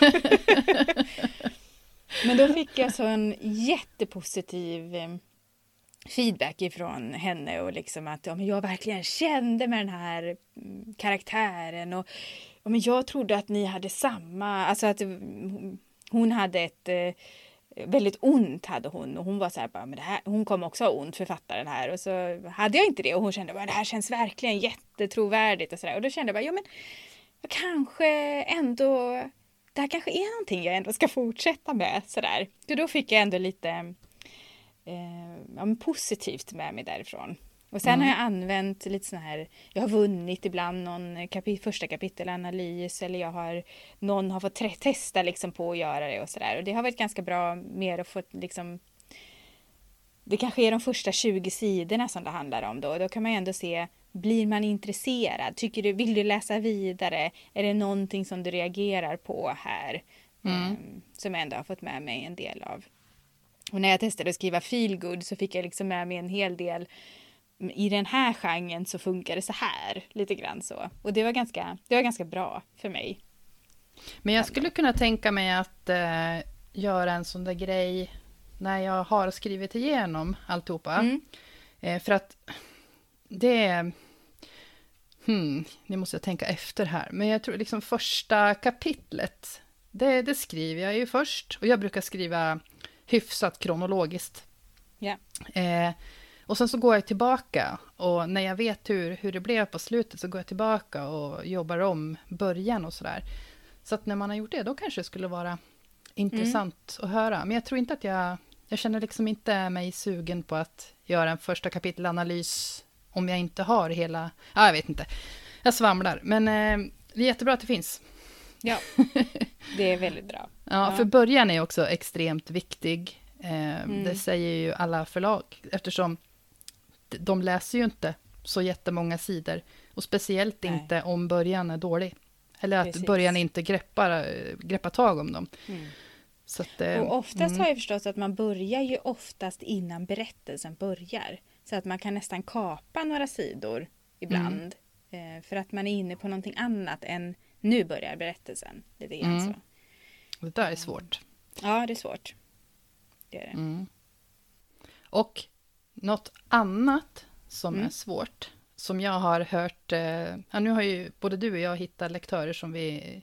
[SPEAKER 2] Men då fick jag så en jättepositiv feedback ifrån henne och liksom att men jag verkligen kände med den här karaktären och men jag trodde att ni hade samma, alltså att hon hade ett väldigt ont hade hon, och hon var så här bara, men det här, hon kommer också ha ont, författaren här, och så hade jag inte det och hon kände bara, det här känns verkligen jättetrovärdigt och sådär, och då kände jag bara, men jag kanske ändå, det här kanske är någonting jag ändå ska fortsätta med sådär. Så då fick jag ändå lite positivt med mig därifrån. Och sen har jag använt lite sån här, jag har vunnit ibland någon första kapitelanalys eller någon har fått testa liksom på att göra det och sådär. Och det har varit ganska bra mer att få liksom, det kanske är de första 20 sidorna som det handlar om då. Då kan man ju ändå se, blir man intresserad? Vill du läsa vidare? Är det någonting som du reagerar på här? Som jag ändå har fått med mig en del av. Och när jag testade att skriva feelgood så fick jag liksom med mig en hel del. I den här genren så funkar det så här. Lite grann så. Och det var ganska bra för mig.
[SPEAKER 1] Men jag skulle kunna tänka mig att göra en sån där grej när jag har skrivit igenom alltihopa. För att det nu måste jag tänka efter här. Men jag tror liksom första kapitlet, det skriver jag ju först. Och jag brukar skriva hyfsat kronologiskt.
[SPEAKER 2] Yeah.
[SPEAKER 1] Och sen så går jag tillbaka. Och när jag vet hur det blev på slutet så går jag tillbaka och jobbar om början och sådär. Så att när man har gjort det, då kanske det skulle vara intressant att höra. Men jag tror inte att jag känner liksom inte mig sugen på att göra en första kapitelanalys om jag inte har hela... jag vet inte. Jag svamlar. Men det är jättebra att det finns.
[SPEAKER 2] Ja, det är väldigt bra.
[SPEAKER 1] Ja, för början är också extremt viktig. Det säger ju alla förlag. Eftersom de läser ju inte så jättemånga sidor. Och speciellt inte om början är dålig. Eller att början inte greppar tag om dem. Så att,
[SPEAKER 2] och oftast har jag förstått att man börjar ju oftast innan berättelsen börjar. Så att man kan nästan kapa några sidor ibland. För att man är inne på någonting annat än nu börjar berättelsen. Lite grann så.
[SPEAKER 1] Det där är svårt.
[SPEAKER 2] Ja, det är svårt. Det är det.
[SPEAKER 1] Och något annat som är svårt, som jag har hört, nu har ju både du och jag hittat lektörer som vi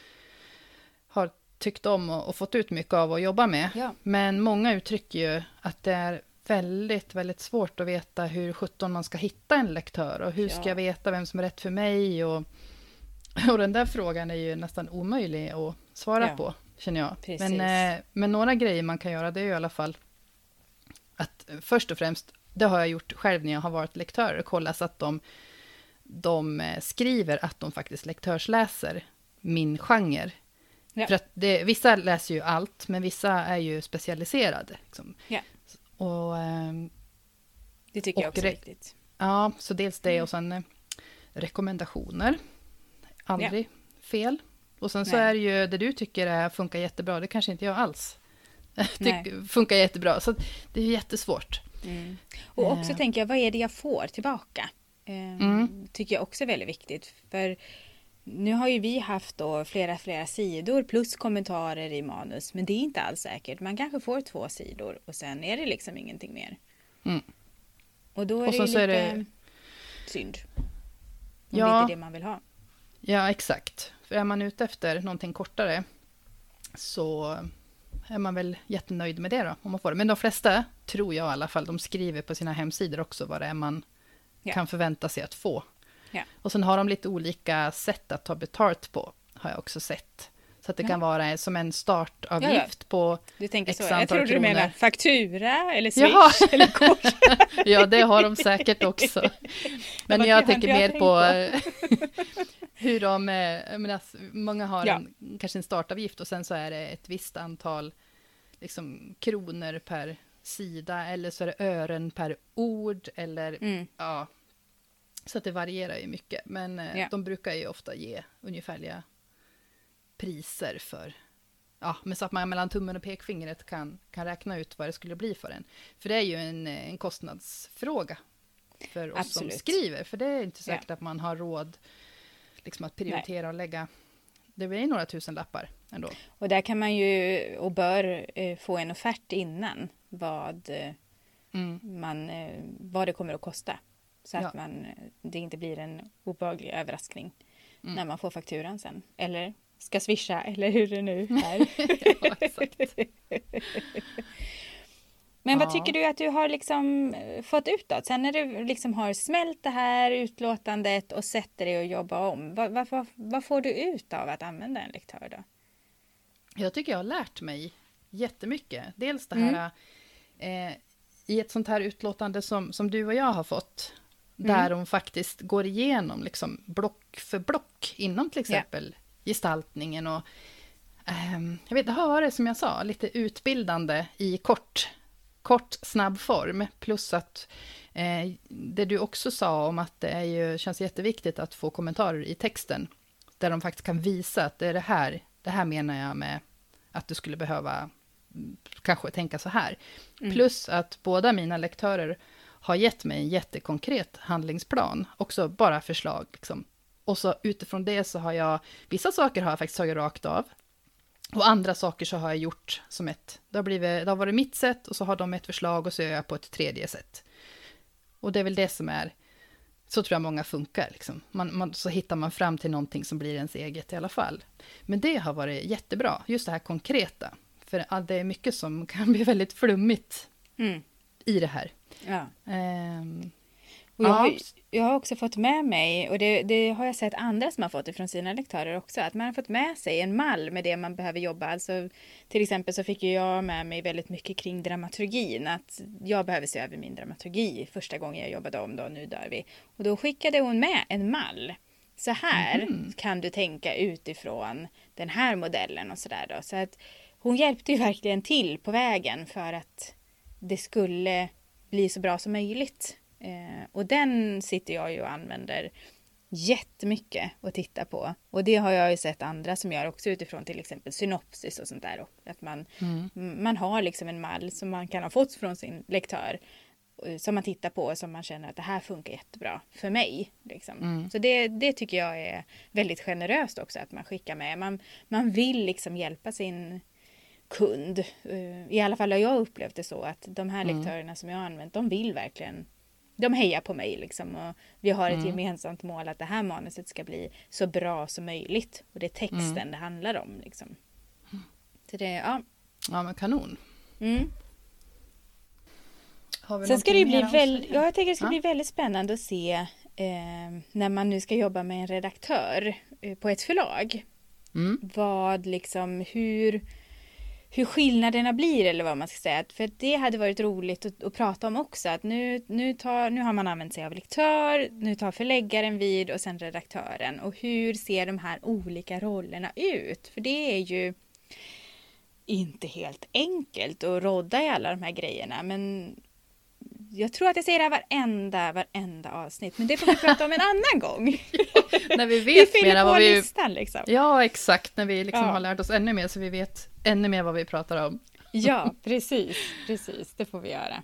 [SPEAKER 1] har tyckt om och fått ut mycket av att jobba med.
[SPEAKER 2] Ja. Men
[SPEAKER 1] många uttrycker ju att det är väldigt, väldigt svårt att veta hur 17 man ska hitta en lektör och hur ska jag veta vem som är rätt för mig och den där frågan är ju nästan omöjlig att svara på, känner jag. Men några grejer man kan göra, det är ju i alla fall att först och främst, det har jag gjort själv när jag har varit lektör och kollat så att de skriver att de faktiskt lektörsläser min genre. Ja. För att vissa läser ju allt, men vissa är ju specialiserade. Liksom.
[SPEAKER 2] Ja.
[SPEAKER 1] Och,
[SPEAKER 2] det tycker jag också är viktigt.
[SPEAKER 1] Ja, så dels det och sen rekommendationer. Aldrig fel. Och sen så är det ju det du tycker funkar jättebra, det kanske inte jag alls funkar jättebra. Så det är jättesvårt.
[SPEAKER 2] Och också tänker jag, vad är det jag får tillbaka? Tycker jag också är väldigt viktigt. För nu har ju vi haft då flera sidor plus kommentarer i manus. Men det är inte alls säkert. Man kanske får 2 sidor och sen är det liksom ingenting mer. Och då är och det lite synd. Om det inte är det man vill ha.
[SPEAKER 1] Ja, exakt. För är man ute efter någonting kortare så är man väl jättenöjd med det då, om man får det. Men de flesta, tror jag i alla fall, de skriver på sina hemsidor också vad det är man kan förvänta sig att få. Ja. Och sen har de lite olika sätt att ta betalt på, har jag också sett. Så att det kan vara som en startavgift på
[SPEAKER 2] du tänker så.
[SPEAKER 1] Jag
[SPEAKER 2] tror du menar faktura eller Swish eller kort.
[SPEAKER 1] Ja, det har de säkert också. Men jag tänker mer på hur de... många har kanske en startavgift och sen så är det ett visst antal liksom, kronor per sida eller så är det ören per ord eller så att det varierar ju mycket. Men de brukar ju ofta ge ungefärliga priser för, men så att man mellan tummen och pekfingret kan räkna ut vad det skulle bli för en. För det är ju en kostnadsfråga för oss som skriver. För det är inte säkert att man har råd liksom att prioritera och lägga, det blir några tusenlappar ändå. Och
[SPEAKER 2] där kan man ju och bör få en offert innan vad det kommer att kosta. Så att det inte blir en obehaglig överraskning när man får fakturan sen. Eller ska swisha, eller hur det nu är.
[SPEAKER 1] Ja, exakt.
[SPEAKER 2] Men vad tycker du att du har liksom fått ut då? Sen när du liksom har smält det här utlåtandet och sätter dig och jobbar om. Vad får du ut av att använda en lektör då?
[SPEAKER 1] Jag tycker jag har lärt mig jättemycket. Dels det här... i ett sånt här utlåtande som du och jag har fått, där de faktiskt går igenom liksom block för block inom till exempel gestaltningen och jag vet, det har varit som jag sa lite utbildande i kort snabb form, plus att det du också sa om att det känns jätteviktigt att få kommentarer i texten där de faktiskt kan visa att det är det här menar jag med att du skulle behöva kanske tänka så här. Plus att båda mina lektörer har gett mig en jättekonkret handlingsplan, också bara förslag liksom. Och så utifrån det så har jag, vissa saker har jag faktiskt tagit rakt av. Och andra saker så har jag gjort som det har varit mitt sätt och så har de ett förslag och så gör jag på ett tredje sätt. Och det är väl det som så tror jag många funkar liksom. Så hittar man fram till någonting som blir ens eget i alla fall. Men det har varit jättebra, just det här konkreta. För det är mycket som kan bli väldigt flummigt i det här.
[SPEAKER 2] Ja. Och jag har också fått med mig, och det har jag sett andra som har fått ifrån sina lektörer också, att man har fått med sig en mall med det man behöver jobba. Alltså, till exempel så fick jag med mig väldigt mycket kring dramaturgin, att jag behöver se över min dramaturgi första gången jag jobbade om då, Nu dör vi. Och då skickade hon med en mall. Så här kan du tänka utifrån den här modellen och sådär då. Så att hon hjälpte ju verkligen till på vägen för att det skulle bli så bra som möjligt. Och den sitter jag ju och använder jättemycket att titta på. Och det har jag ju sett andra som gör också utifrån till exempel synopsis och sånt där. Att man har liksom en mall som man kan ha fått från sin lektör som man tittar på och som man känner att det här funkar jättebra för mig. Liksom. Så det tycker jag är väldigt generöst också att man skickar med. Man vill liksom hjälpa sin kund. I alla fall har jag upplevt det så att de här lektörerna som jag har använt, de vill verkligen, de hejar på mig liksom, och vi har ett gemensamt mål att det här manuset ska bli så bra som möjligt, och det är texten det handlar om liksom. Så det, ja
[SPEAKER 1] men kanon.
[SPEAKER 2] Sen ska det bli jag tänker det ska bli väldigt spännande att se när man nu ska jobba med en redaktör på ett förlag. Vad liksom, hur skillnaderna blir, eller vad man ska säga. För det hade varit roligt att prata om också. Att nu har man använt sig av lektör, nu tar förläggaren vid och sen redaktören. Och hur ser de här olika rollerna ut? För det är ju inte helt enkelt att rodda i alla de här grejerna. Men jag tror att jag säger det här varenda avsnitt. Men det får vi prata om en annan gång.
[SPEAKER 1] När vi vet mer vad vi...
[SPEAKER 2] listan, liksom.
[SPEAKER 1] Ja, exakt. När vi liksom har lärt oss ännu mer så vi vet ännu mer vad vi pratar om.
[SPEAKER 2] Ja, precis. Det får vi göra.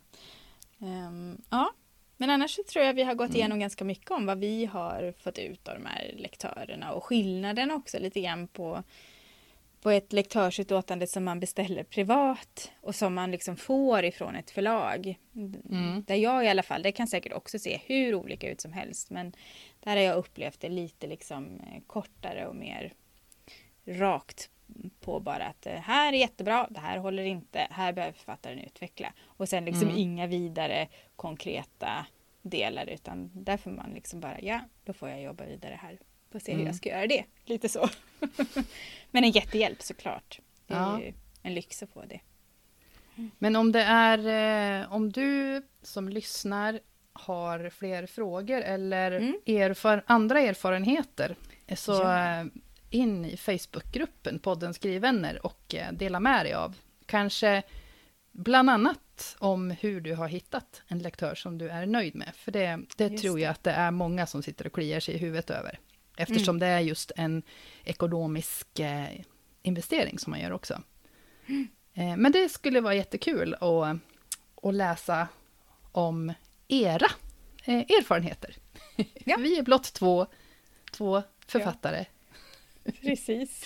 [SPEAKER 2] Men annars så tror jag vi har gått igenom ganska mycket om vad vi har fått ut av de här lektörerna. Och skillnaden också lite grann på ett lektörsutlåtande som man beställer privat och som man liksom får ifrån ett förlag. Där jag i alla fall, det kan säkert också se hur olika ut som helst, men där har jag upplevt det lite liksom kortare och mer rakt på, bara att det här är jättebra, det här håller inte, här behöver författaren utveckla. Och sen liksom inga vidare konkreta delar, utan där får man liksom bara, då får jag jobba vidare här. Får se hur jag ska göra det. Lite så. Men en jättehjälp såklart. Det är ju en lyx att få det.
[SPEAKER 1] Men om du som lyssnar har fler frågor eller andra erfarenheter, så in i Facebookgruppen Podden Skrivvänner och dela med dig av. Kanske bland annat om hur du har hittat en lektör som du är nöjd med. För det tror jag att det är många som sitter och kliar sig i huvudet över. Eftersom det är just en ekonomisk investering som man gör också. Men det skulle vara jättekul att läsa om era erfarenheter. Ja. Vi är blott två författare.
[SPEAKER 2] Ja. Precis.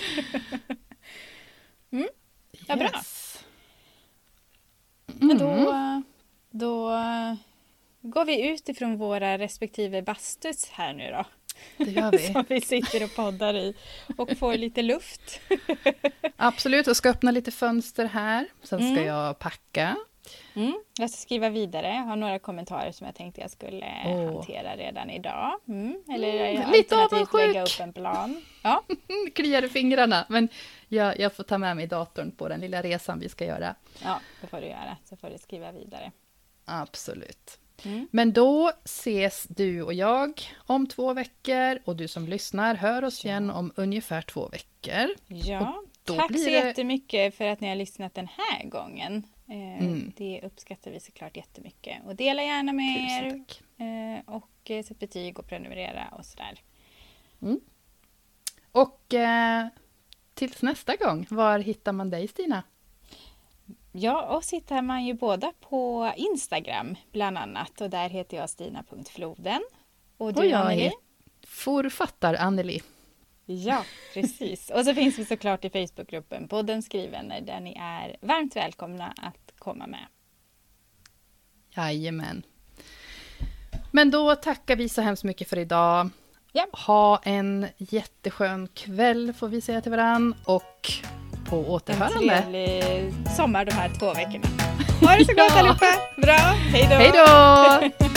[SPEAKER 2] Ja, bra.
[SPEAKER 1] Yes.
[SPEAKER 2] Men då går vi ut ifrån våra respektive bastus här nu då.
[SPEAKER 1] Det gör vi.
[SPEAKER 2] Som vi sitter och poddar i och får lite luft.
[SPEAKER 1] Absolut, jag ska öppna lite fönster här. Sen ska jag packa.
[SPEAKER 2] Jag ska skriva vidare. Jag har några kommentarer som jag tänkte jag skulle hantera redan idag. Eller
[SPEAKER 1] lite avundsjuk.
[SPEAKER 2] Lägga upp en plan. Ja.
[SPEAKER 1] Kliar i fingrarna. Men jag får ta med mig datorn på den lilla resan vi ska göra.
[SPEAKER 2] Ja, det får du göra. Så får du skriva vidare.
[SPEAKER 1] Absolut. Men då ses du och jag om 2 veckor och du som lyssnar hör oss igen om ungefär 2 veckor.
[SPEAKER 2] Ja, tack så jättemycket för att ni har lyssnat den här gången. Det uppskattar vi såklart jättemycket. Och dela gärna med er och sätt betyg och prenumerera och sådär.
[SPEAKER 1] Och tills nästa gång, var hittar man dig, Stina?
[SPEAKER 2] Ja, oss hittar man ju båda på Instagram bland annat. Och där heter jag Stina.floden. Och du, Anneli?
[SPEAKER 1] Författar Anneli.
[SPEAKER 2] Ja, precis. Och så finns vi såklart i Facebookgruppen Podden Skrivvänner där ni är varmt välkomna att komma med.
[SPEAKER 1] Jajamän. Men då tackar vi så hemskt mycket för idag.
[SPEAKER 2] Ja.
[SPEAKER 1] Ha en jätteskön kväll får vi säga till varann och på återhörande.
[SPEAKER 2] En trevlig sommar de här 2 veckorna. Ha det så gott allihopa. Bra. Hej då.
[SPEAKER 1] Hej då.